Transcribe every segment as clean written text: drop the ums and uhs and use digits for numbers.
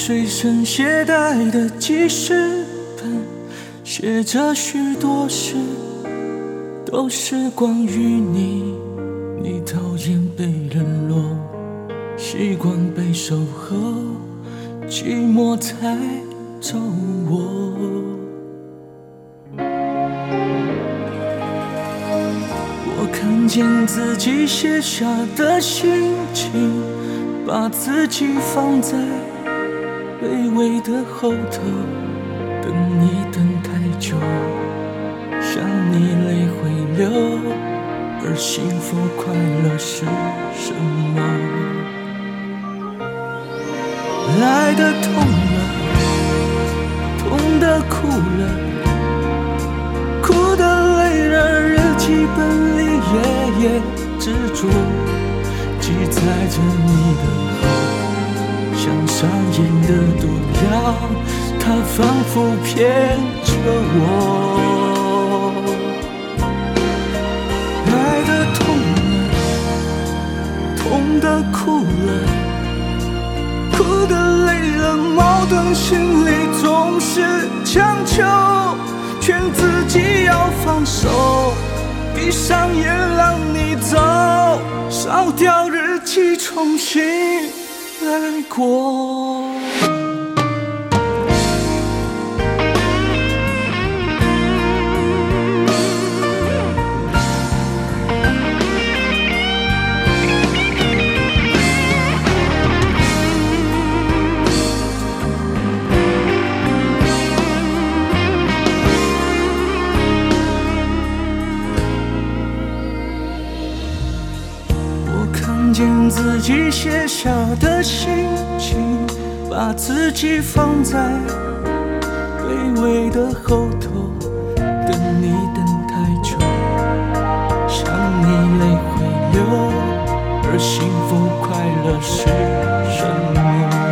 随身携带的记事本，写着许多事，都是关于你。你讨厌被冷落，习惯被守候，寂寞才找我。我看见自己写下的心情，把自己放在卑微的后头，等你等太久，想你泪会流，而幸福快乐是什么？来的痛了，痛的哭了，哭的累了，日记本里夜夜执着，记载着你的好，像上瘾的毒药，它反复骗着我。来的痛了，痛的哭了，哭的累了，矛盾心里总是强求，劝自己要放手，闭上眼让你走，烧掉日记重新来过。看见自己写下的心情，把自己放在卑微的后头，等你等太久，想你泪会流，而幸福快乐是什么？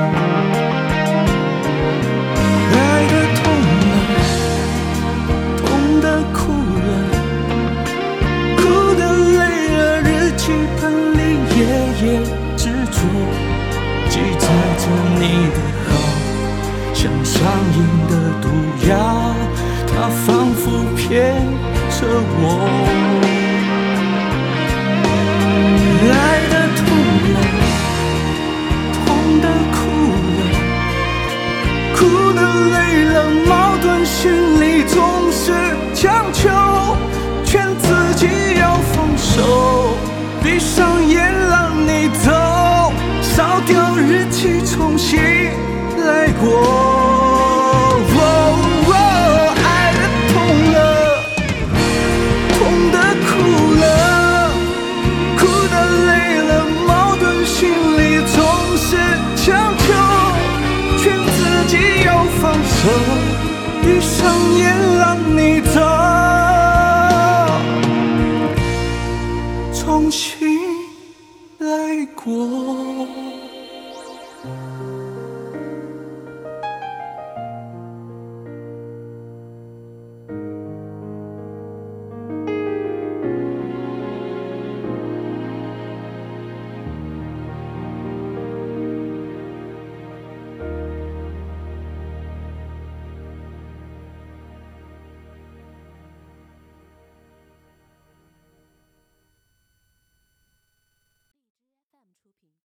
爱的痛了，痛的哭了，哭的累了，日记本里夜夜执着，记载着你的好，像上瘾的毒药，它反复骗着我。来的痛了，痛的哭了，哭的累了，矛盾心里总是强求，劝自己要放手，闭上眼让你走，烧掉日记重新来过。